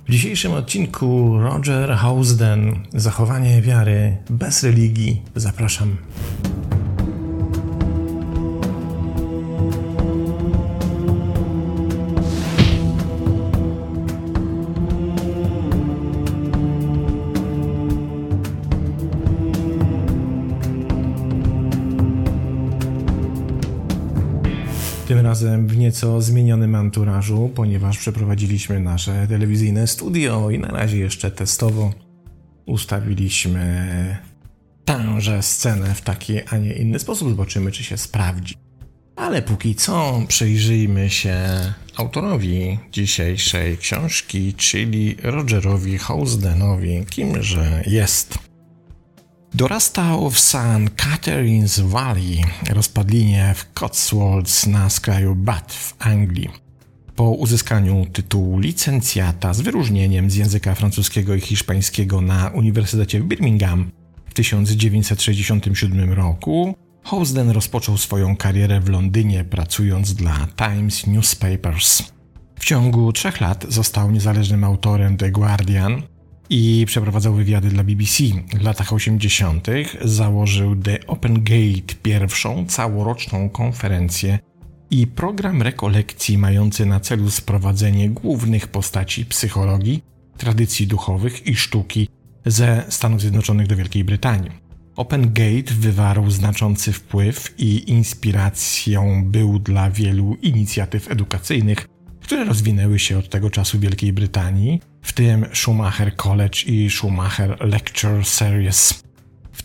W dzisiejszym odcinku Roger Housden, zachowanie wiary bez religii. Zapraszam. Tym razem w nieco zmienionym anturażu, ponieważ przeprowadziliśmy nasze telewizyjne studio i na razie jeszcze testowo ustawiliśmy tęże scenę w taki, a nie inny sposób. Zobaczymy, czy się sprawdzi. Ale póki co przyjrzyjmy się autorowi dzisiejszej książki, czyli Rogerowi Housdenowi, kimże jest. Dorastał w St. Catherine's Valley, rozpadlinie w Cotswolds na skraju Bath w Anglii. Po uzyskaniu tytułu licencjata z wyróżnieniem z języka francuskiego i hiszpańskiego na Uniwersytecie w Birmingham w 1967 roku, Housden rozpoczął swoją karierę w Londynie, pracując dla Times Newspapers. W ciągu 3 lat został niezależnym autorem The Guardian i przeprowadzał wywiady dla BBC. W latach 80. założył The Open Gate, pierwszą całoroczną konferencję i program rekolekcji mający na celu sprowadzenie głównych postaci psychologii, tradycji duchowych i sztuki ze Stanów Zjednoczonych do Wielkiej Brytanii. Open Gate wywarł znaczący wpływ i inspiracją był dla wielu inicjatyw edukacyjnych, które rozwinęły się od tego czasu w Wielkiej Brytanii, w tym Schumacher College i Schumacher Lecture Series. W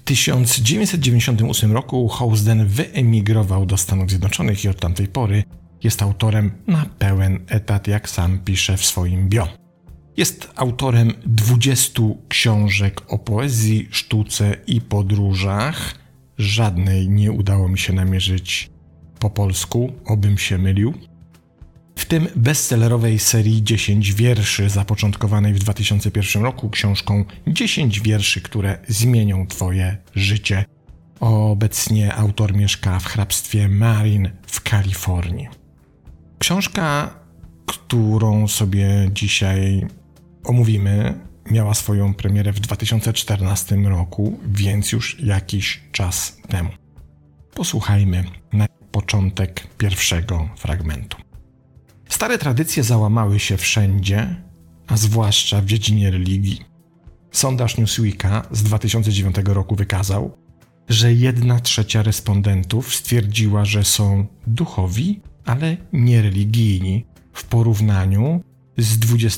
1998 roku Housden wyemigrował do Stanów Zjednoczonych i od tamtej pory jest autorem na pełen etat, jak sam pisze w swoim bio. Jest autorem 20 książek o poezji, sztuce i podróżach. Żadnej nie udało mi się namierzyć po polsku, obym się mylił. W tym bestsellerowej serii 10 wierszy, zapoczątkowanej w 2001 roku książką 10 wierszy, które zmienią Twoje życie. Obecnie autor mieszka w hrabstwie Marin w Kalifornii. Książka, którą sobie dzisiaj omówimy, miała swoją premierę w 2014 roku, więc już jakiś czas temu. Posłuchajmy na początek pierwszego fragmentu. Stare tradycje załamały się wszędzie, a zwłaszcza w dziedzinie religii. Sondaż Newsweeka z 2009 roku wykazał, że 1/3 respondentów stwierdziła, że są duchowi, ale nie religijni w porównaniu z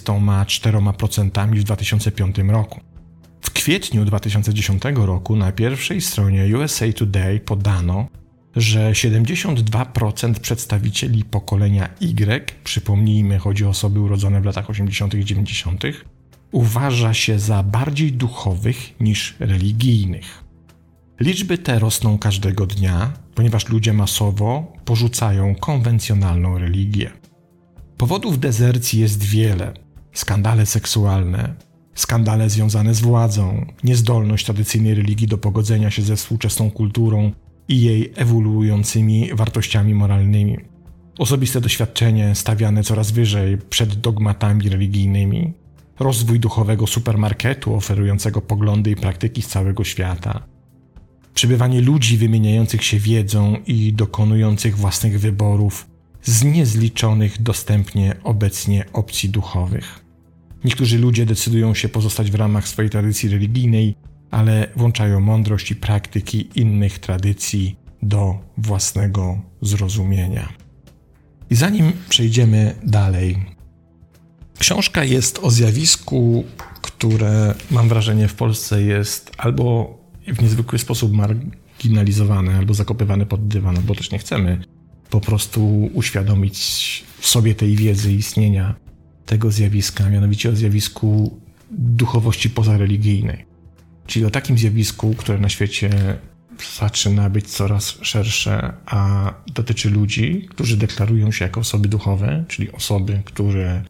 24% w 2005 roku. W kwietniu 2010 roku na pierwszej stronie USA Today podano, że 72% przedstawicieli pokolenia Y, przypomnijmy, chodzi o osoby urodzone w latach 80. i 90., uważa się za bardziej duchowych niż religijnych. Liczby te rosną każdego dnia, ponieważ ludzie masowo porzucają konwencjonalną religię. Powodów dezercji jest wiele. Skandale seksualne, skandale związane z władzą, niezdolność tradycyjnej religii do pogodzenia się ze współczesną kulturą i jej ewoluującymi wartościami moralnymi. Osobiste doświadczenie stawiane coraz wyżej przed dogmatami religijnymi. Rozwój duchowego supermarketu oferującego poglądy i praktyki z całego świata. Przybywanie ludzi wymieniających się wiedzą i dokonujących własnych wyborów z niezliczonych dostępnie obecnie opcji duchowych. Niektórzy ludzie decydują się pozostać w ramach swojej tradycji religijnej, ale włączają mądrość i praktyki innych tradycji do własnego zrozumienia. I zanim przejdziemy dalej, książka jest o zjawisku, które mam wrażenie w Polsce jest albo w niezwykły sposób marginalizowane, albo zakopywane pod dywan, bo też nie chcemy po prostu uświadomić sobie tej wiedzy istnienia tego zjawiska, mianowicie o zjawisku duchowości pozareligijnej. Czyli o takim zjawisku, które na świecie zaczyna być coraz szersze, a dotyczy ludzi, którzy deklarują się jako osoby duchowe, czyli osoby, które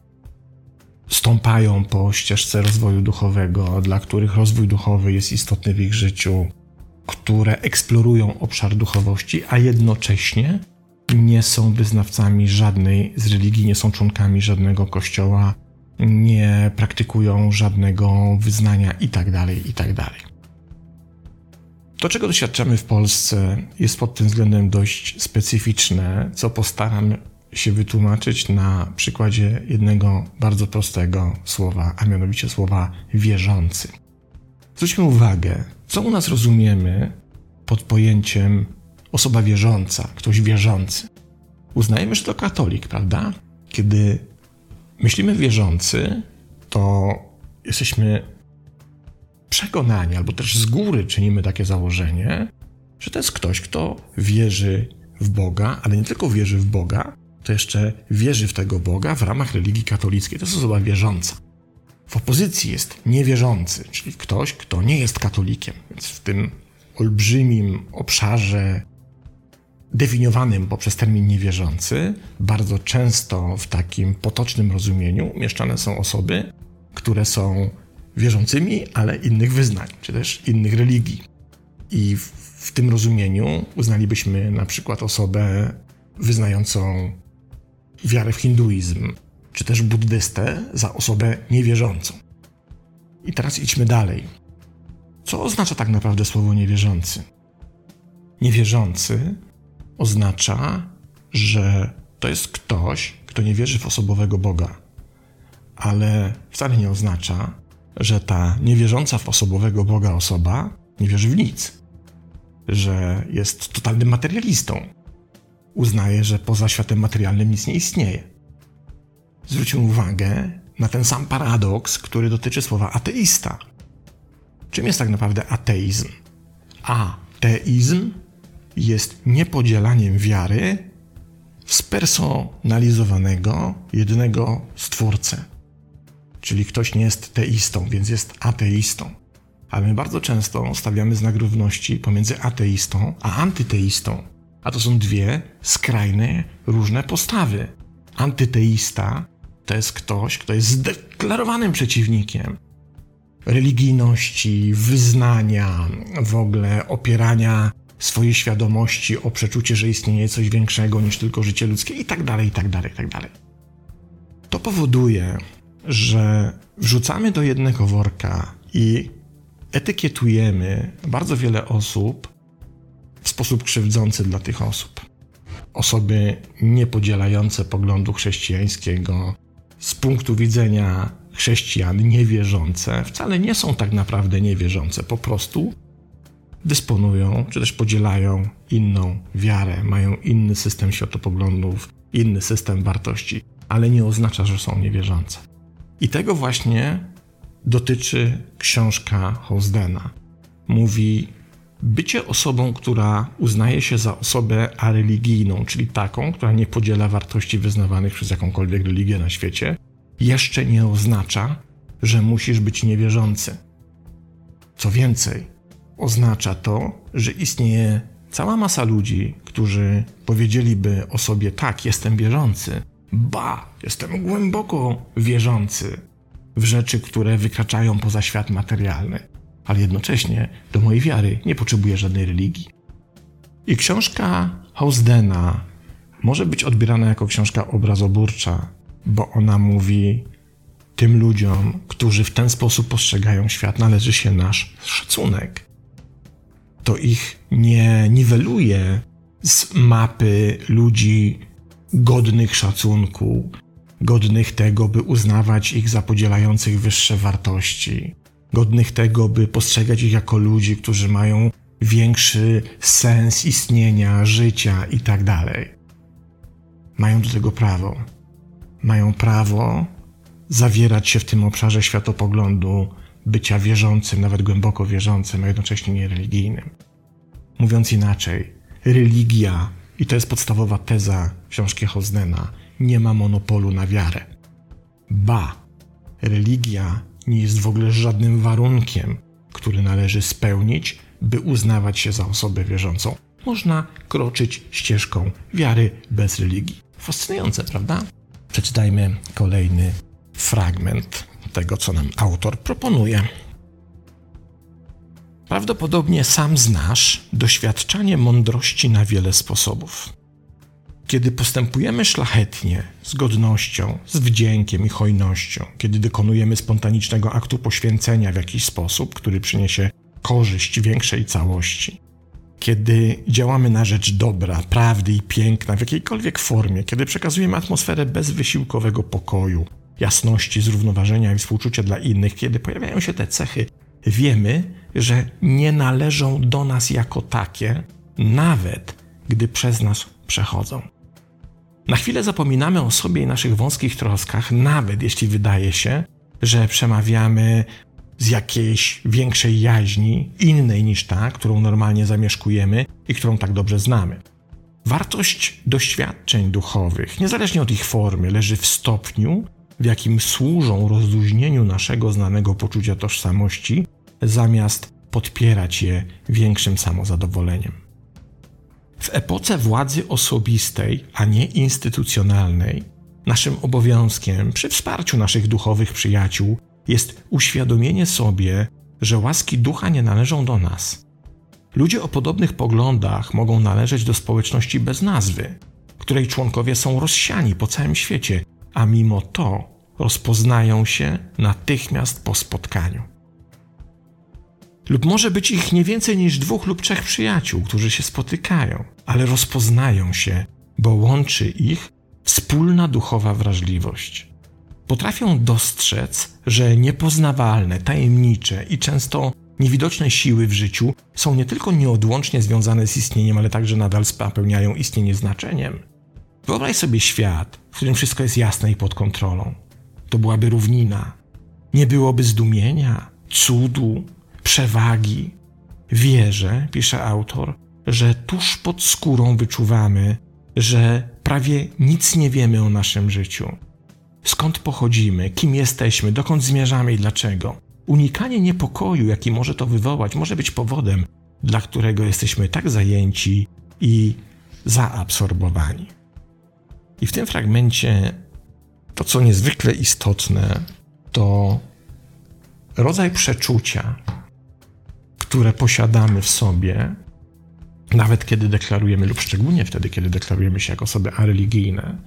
stąpają po ścieżce rozwoju duchowego, dla których rozwój duchowy jest istotny w ich życiu, które eksplorują obszar duchowości, a jednocześnie nie są wyznawcami żadnej z religii, nie są członkami żadnego kościoła, nie praktykują żadnego wyznania itd. To, czego doświadczamy w Polsce, jest pod tym względem dość specyficzne, co postaram się wytłumaczyć na przykładzie jednego bardzo prostego słowa, a mianowicie słowa wierzący. Zwróćmy uwagę, co u nas rozumiemy pod pojęciem osoba wierząca, ktoś wierzący. Uznajemy, że to katolik, prawda? Kiedy myślimy wierzący, to jesteśmy przekonani, albo też z góry czynimy takie założenie, że to jest ktoś, kto wierzy w Boga, ale nie tylko wierzy w Boga, to jeszcze wierzy w tego Boga w ramach religii katolickiej. To jest osoba wierząca. W opozycji jest niewierzący, czyli ktoś, kto nie jest katolikiem. Więc w tym olbrzymim obszarze definiowanym poprzez termin niewierzący, bardzo często w takim potocznym rozumieniu umieszczane są osoby, które są wierzącymi, ale innych wyznań, czy też innych religii. I w tym rozumieniu uznalibyśmy na przykład osobę wyznającą wiarę w hinduizm, czy też buddystę za osobę niewierzącą. I teraz idźmy dalej. Co oznacza tak naprawdę słowo niewierzący? Niewierzący oznacza, że to jest ktoś, kto nie wierzy w osobowego Boga, ale wcale nie oznacza, że ta niewierząca w osobowego Boga osoba nie wierzy w nic, że jest totalnym materialistą. Uznaje, że poza światem materialnym nic nie istnieje. Zwróćmy uwagę na ten sam paradoks, który dotyczy słowa ateista. Czym jest tak naprawdę ateizm? Ateizm jest niepodielaniem wiary w spersonalizowanego jednego Stwórcę. Czyli ktoś nie jest teistą, więc jest ateistą. Ale my bardzo często stawiamy znak równości pomiędzy ateistą a antyteistą. A to są dwie skrajne, różne postawy. Antyteista to jest ktoś, kto jest zdeklarowanym przeciwnikiem religijności, wyznania, w ogóle opierania swojej świadomości o przeczucie, że istnieje coś większego niż tylko życie ludzkie itd. To powoduje, że wrzucamy do jednego worka i etykietujemy bardzo wiele osób w sposób krzywdzący dla tych osób. Osoby niepodzielające poglądu chrześcijańskiego z punktu widzenia chrześcijan niewierzące wcale nie są tak naprawdę niewierzące, po prostu dysponują, czy też podzielają inną wiarę, mają inny system światopoglądów, inny system wartości, ale nie oznacza, że są niewierzące. I tego właśnie dotyczy książka Hosdena. Mówi, bycie osobą, która uznaje się za osobę areligijną, czyli taką, która nie podziela wartości wyznawanych przez jakąkolwiek religię na świecie, jeszcze nie oznacza, że musisz być niewierzący. Co więcej, oznacza to, że istnieje cała masa ludzi, którzy powiedzieliby o sobie, tak, jestem wierzący, jestem głęboko wierzący w rzeczy, które wykraczają poza świat materialny, ale jednocześnie do mojej wiary nie potrzebuję żadnej religii. I książka Hosdena może być odbierana jako książka obrazoburcza, bo ona mówi, tym ludziom, którzy w ten sposób postrzegają świat, należy się nasz szacunek. To ich nie niweluje z mapy ludzi godnych szacunku, godnych tego, by uznawać ich za podzielających wyższe wartości, godnych tego, by postrzegać ich jako ludzi, którzy mają większy sens istnienia, życia itd. Mają do tego prawo. Mają prawo zawierać się w tym obszarze światopoglądu, bycia wierzącym, nawet głęboko wierzącym, a jednocześnie niereligijnym. Mówiąc inaczej, religia, i to jest podstawowa teza książki Hosdena, nie ma monopolu na wiarę. Religia nie jest w ogóle żadnym warunkiem, który należy spełnić, by uznawać się za osobę wierzącą. Można kroczyć ścieżką wiary bez religii. Fascynujące, prawda? Przeczytajmy kolejny fragment tego, co nam autor proponuje. Prawdopodobnie sam znasz doświadczanie mądrości na wiele sposobów. Kiedy postępujemy szlachetnie, z godnością, z wdziękiem i hojnością, kiedy dokonujemy spontanicznego aktu poświęcenia w jakiś sposób, który przyniesie korzyść większej całości, kiedy działamy na rzecz dobra, prawdy i piękna w jakiejkolwiek formie, kiedy przekazujemy atmosferę bezwysiłkowego pokoju, jasności, zrównoważenia i współczucia dla innych, kiedy pojawiają się te cechy, wiemy, że nie należą do nas jako takie, nawet gdy przez nas przechodzą. Na chwilę zapominamy o sobie i naszych wąskich troskach, nawet jeśli wydaje się, że przemawiamy z jakiejś większej jaźni, innej niż ta, którą normalnie zamieszkujemy i którą tak dobrze znamy. Wartość doświadczeń duchowych, niezależnie od ich formy, leży w stopniu, w jakim służą rozluźnieniu naszego znanego poczucia tożsamości, zamiast podpierać je większym samozadowoleniem. W epoce władzy osobistej, a nie instytucjonalnej, naszym obowiązkiem, przy wsparciu naszych duchowych przyjaciół, jest uświadomienie sobie, że łaski ducha nie należą do nas. Ludzie o podobnych poglądach mogą należeć do społeczności bez nazwy, której członkowie są rozsiani po całym świecie, a mimo to rozpoznają się natychmiast po spotkaniu. Lub może być ich nie więcej niż 2 lub 3 przyjaciół, którzy się spotykają, ale rozpoznają się, bo łączy ich wspólna duchowa wrażliwość. Potrafią dostrzec, że niepoznawalne, tajemnicze i często niewidoczne siły w życiu są nie tylko nieodłącznie związane z istnieniem, ale także nadal spełniają istnienie znaczeniem. Wyobraź sobie świat, w którym wszystko jest jasne i pod kontrolą. To byłaby równina. Nie byłoby zdumienia, cudu, przewagi. Wierzę, pisze autor, że tuż pod skórą wyczuwamy, że prawie nic nie wiemy o naszym życiu. Skąd pochodzimy, kim jesteśmy, dokąd zmierzamy i dlaczego. Unikanie niepokoju, jaki może to wywołać, może być powodem, dla którego jesteśmy tak zajęci i zaabsorbowani. I w tym fragmencie to, co niezwykle istotne, to rodzaj przeczucia, które posiadamy w sobie, nawet kiedy deklarujemy, lub szczególnie wtedy, kiedy deklarujemy się jako osoby areligijne,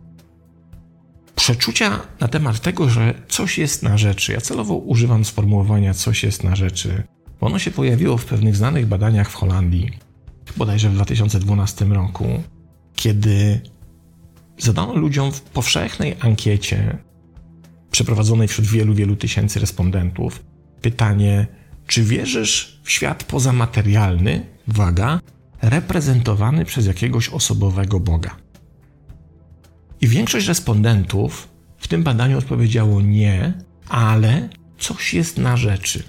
przeczucia na temat tego, że coś jest na rzeczy. Ja celowo używam sformułowania coś jest na rzeczy, bo ono się pojawiło w pewnych znanych badaniach w Holandii, bodajże w 2012 roku, kiedy zadano ludziom w powszechnej ankiecie przeprowadzonej wśród wielu tysięcy respondentów pytanie, czy wierzysz w świat pozamaterialny, uwaga, reprezentowany przez jakiegoś osobowego Boga? I większość respondentów w tym badaniu odpowiedziało nie, ale coś jest na rzeczy.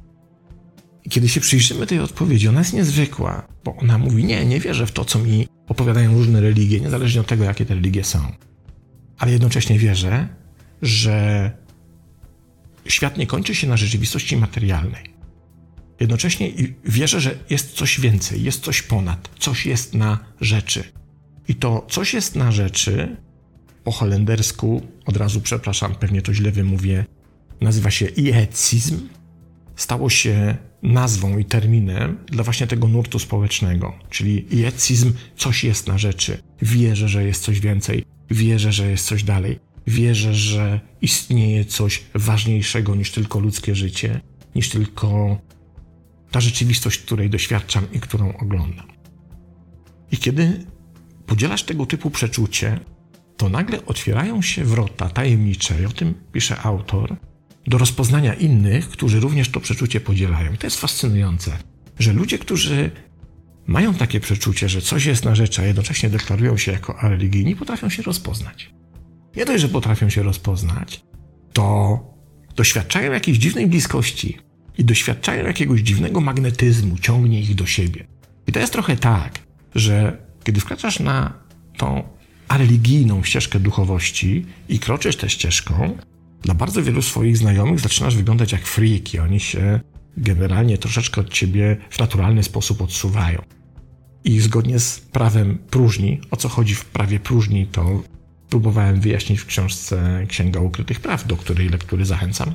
I kiedy się przyjrzymy tej odpowiedzi, ona jest niezwykła, bo ona mówi nie wierzę w to, co mi opowiadają różne religie, niezależnie od tego, jakie te religie są. Ale jednocześnie wierzę, że świat nie kończy się na rzeczywistości materialnej. Jednocześnie wierzę, że jest coś więcej, jest coś ponad, coś jest na rzeczy. I to coś jest na rzeczy, po holendersku, od razu przepraszam, pewnie to źle wymówię, nazywa się ietyzm, stało się nazwą i terminem dla właśnie tego nurtu społecznego, czyli ietyzm, coś jest na rzeczy. Wierzę, że jest coś więcej, wierzę, że jest coś dalej, wierzę, że istnieje coś ważniejszego niż tylko ludzkie życie, niż tylko ta rzeczywistość, której doświadczam i którą oglądam. I kiedy podzielasz tego typu przeczucie, to nagle otwierają się wrota tajemnicze, i o tym pisze autor, do rozpoznania innych, którzy również to przeczucie podzielają. I to jest fascynujące, że ludzie, którzy mają takie przeczucie, że coś jest na rzeczy, a jednocześnie deklarują się jako areligijni, potrafią się rozpoznać. Nie dość, że potrafią się rozpoznać, to doświadczają jakiejś dziwnej bliskości i doświadczają jakiegoś dziwnego magnetyzmu, ciągnie ich do siebie. I to jest trochę tak, że kiedy wkraczasz na tą areligijną ścieżkę duchowości i kroczysz tę ścieżką, dla bardzo wielu swoich znajomych zaczynasz wyglądać jak freak i oni się generalnie troszeczkę od ciebie w naturalny sposób odsuwają. I zgodnie z prawem próżni, o co chodzi w prawie próżni, to próbowałem wyjaśnić w książce Księga Ukrytych Praw, do której lektury zachęcam.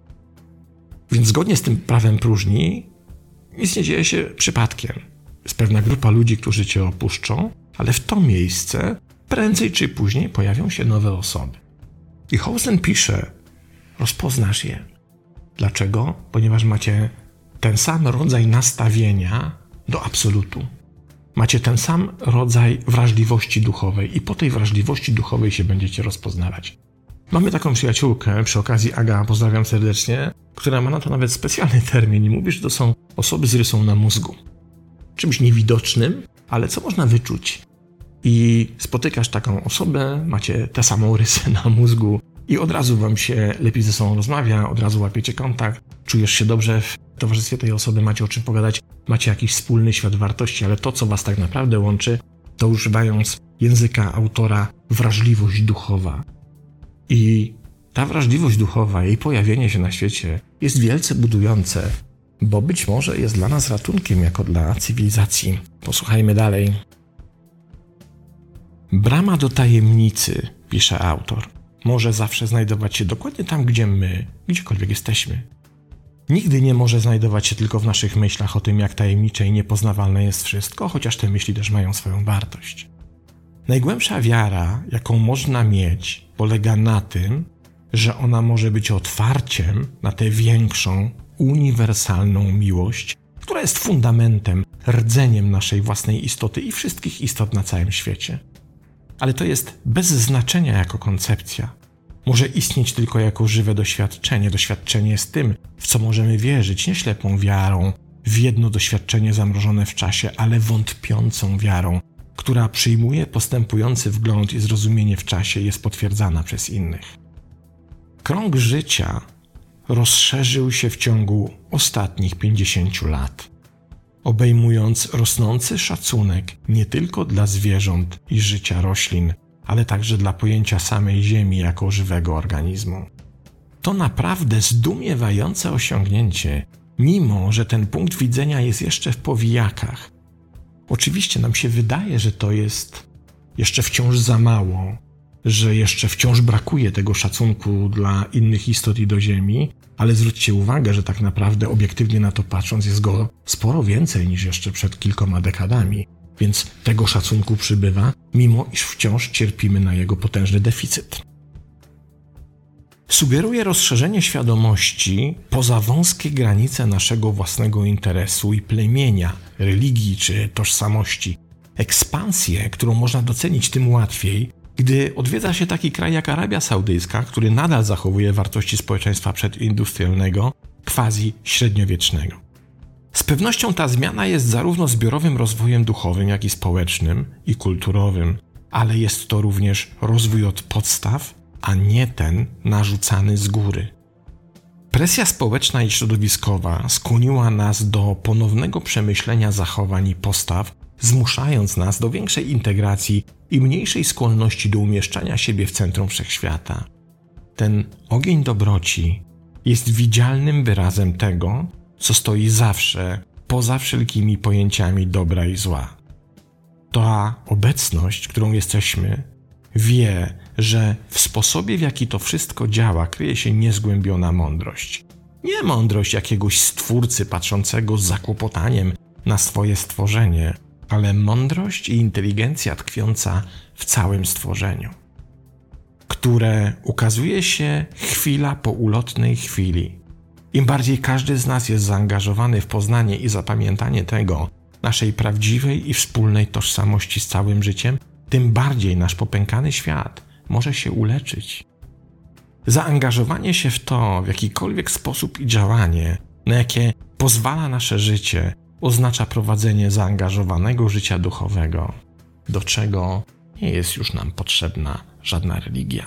Więc zgodnie z tym prawem próżni nic nie dzieje się przypadkiem. Jest pewna grupa ludzi, którzy cię opuszczą, ale w to miejsce prędzej czy później pojawią się nowe osoby. I Hausen pisze, rozpoznasz je. Dlaczego? Ponieważ macie ten sam rodzaj nastawienia do absolutu. Macie ten sam rodzaj wrażliwości duchowej i po tej wrażliwości duchowej się będziecie rozpoznawać. Mamy taką przyjaciółkę, przy okazji Aga, pozdrawiam serdecznie, która ma na to nawet specjalny termin i mówi, że to są osoby z rysą na mózgu. Czymś niewidocznym, ale co można wyczuć. I spotykasz taką osobę, macie tę samą rysę na mózgu i od razu wam się lepiej ze sobą rozmawia, od razu łapiecie kontakt, czujesz się dobrze w towarzystwie tej osoby, macie o czym pogadać, macie jakiś wspólny świat wartości, ale to, co was tak naprawdę łączy, to używając języka autora wrażliwość duchowa. I ta wrażliwość duchowa, jej pojawienie się na świecie jest wielce budujące, bo być może jest dla nas ratunkiem jako dla cywilizacji. Posłuchajmy dalej. Brama do tajemnicy, pisze autor, może zawsze znajdować się dokładnie tam, gdzie my, gdziekolwiek jesteśmy. Nigdy nie może znajdować się tylko w naszych myślach o tym, jak tajemnicze i niepoznawalne jest wszystko, chociaż te myśli też mają swoją wartość. Najgłębsza wiara, jaką można mieć, polega na tym, że ona może być otwarciem na tę większą, uniwersalną miłość, która jest fundamentem, rdzeniem naszej własnej istoty i wszystkich istot na całym świecie. Ale to jest bez znaczenia jako koncepcja. Może istnieć tylko jako żywe doświadczenie. Doświadczenie jest tym, w co możemy wierzyć, nie ślepą wiarą, w jedno doświadczenie zamrożone w czasie, ale wątpiącą wiarą, która przyjmuje postępujący wgląd i zrozumienie w czasie i jest potwierdzana przez innych. Krąg życia rozszerzył się w ciągu ostatnich 50 lat, obejmując rosnący szacunek nie tylko dla zwierząt i życia roślin, ale także dla pojęcia samej Ziemi jako żywego organizmu. To naprawdę zdumiewające osiągnięcie, mimo że ten punkt widzenia jest jeszcze w powijakach. Oczywiście nam się wydaje, że to jest jeszcze wciąż za mało, że jeszcze wciąż brakuje tego szacunku dla innych istot i do Ziemi, ale zwróćcie uwagę, że tak naprawdę obiektywnie na to patrząc jest go sporo więcej niż jeszcze przed kilkoma dekadami, więc tego szacunku przybywa, mimo iż wciąż cierpimy na jego potężny deficyt. Sugeruje rozszerzenie świadomości poza wąskie granice naszego własnego interesu i plemienia, religii czy tożsamości. Ekspansję, którą można docenić tym łatwiej, gdy odwiedza się taki kraj jak Arabia Saudyjska, który nadal zachowuje wartości społeczeństwa przedindustrialnego, quasi-średniowiecznego. Z pewnością ta zmiana jest zarówno zbiorowym rozwojem duchowym, jak i społecznym i kulturowym, ale jest to również rozwój od podstaw, a nie ten narzucany z góry. Presja społeczna i środowiskowa skłoniła nas do ponownego przemyślenia zachowań i postaw, zmuszając nas do większej integracji i mniejszej skłonności do umieszczania siebie w centrum wszechświata. Ten ogień dobroci jest widzialnym wyrazem tego, co stoi zawsze poza wszelkimi pojęciami dobra i zła. Ta obecność, którą jesteśmy, wie, że w sposobie, w jaki to wszystko działa, kryje się niezgłębiona mądrość. Nie mądrość jakiegoś stwórcy patrzącego z zakłopotaniem na swoje stworzenie, ale mądrość i inteligencja tkwiąca w całym stworzeniu, które ukazuje się chwila po ulotnej chwili. Im bardziej każdy z nas jest zaangażowany w poznanie i zapamiętanie tego, naszej prawdziwej i wspólnej tożsamości z całym życiem, tym bardziej nasz popękany świat może się uleczyć. Zaangażowanie się w to w jakikolwiek sposób i działanie, na jakie pozwala nasze życie, oznacza prowadzenie zaangażowanego życia duchowego, do czego nie jest już nam potrzebna żadna religia.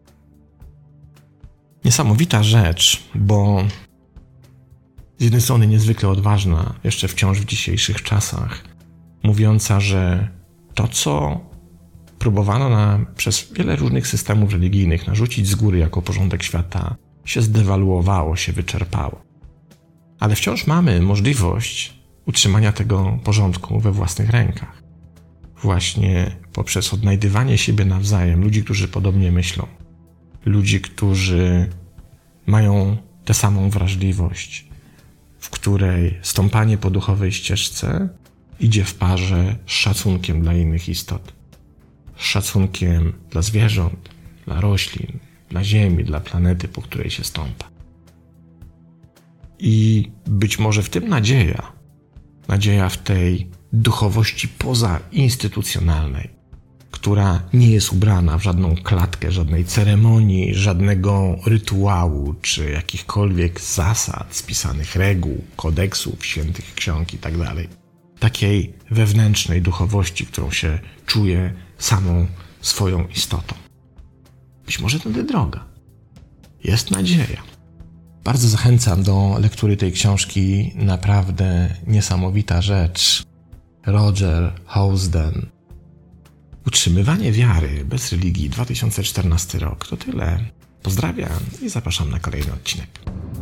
Niesamowita rzecz, bo z jednej strony niezwykle odważna, jeszcze wciąż w dzisiejszych czasach, mówiąca, że to, co próbowano nam przez wiele różnych systemów religijnych narzucić z góry jako porządek świata, się zdewaluowało, się wyczerpało. Ale wciąż mamy możliwość utrzymania tego porządku we własnych rękach. Właśnie poprzez odnajdywanie siebie nawzajem, ludzi, którzy podobnie myślą, ludzi, którzy mają tę samą wrażliwość, w której stąpanie po duchowej ścieżce idzie w parze z szacunkiem dla innych istot. z szacunkiem dla zwierząt, dla roślin, dla ziemi, dla planety, po której się stąpa. I być może w tym nadzieja w tej duchowości pozainstytucjonalnej, która nie jest ubrana w żadną klatkę, żadnej ceremonii, żadnego rytuału, czy jakichkolwiek zasad, spisanych reguł, kodeksów, świętych ksiąg i tak dalej. Takiej wewnętrznej duchowości, którą się czuje samą swoją istotą. Być może tędy droga. Jest nadzieja. Bardzo zachęcam do lektury tej książki. Naprawdę niesamowita rzecz. Roger Housden. Utrzymywanie wiary bez religii, 2014 rok. To tyle. Pozdrawiam i zapraszam na kolejny odcinek.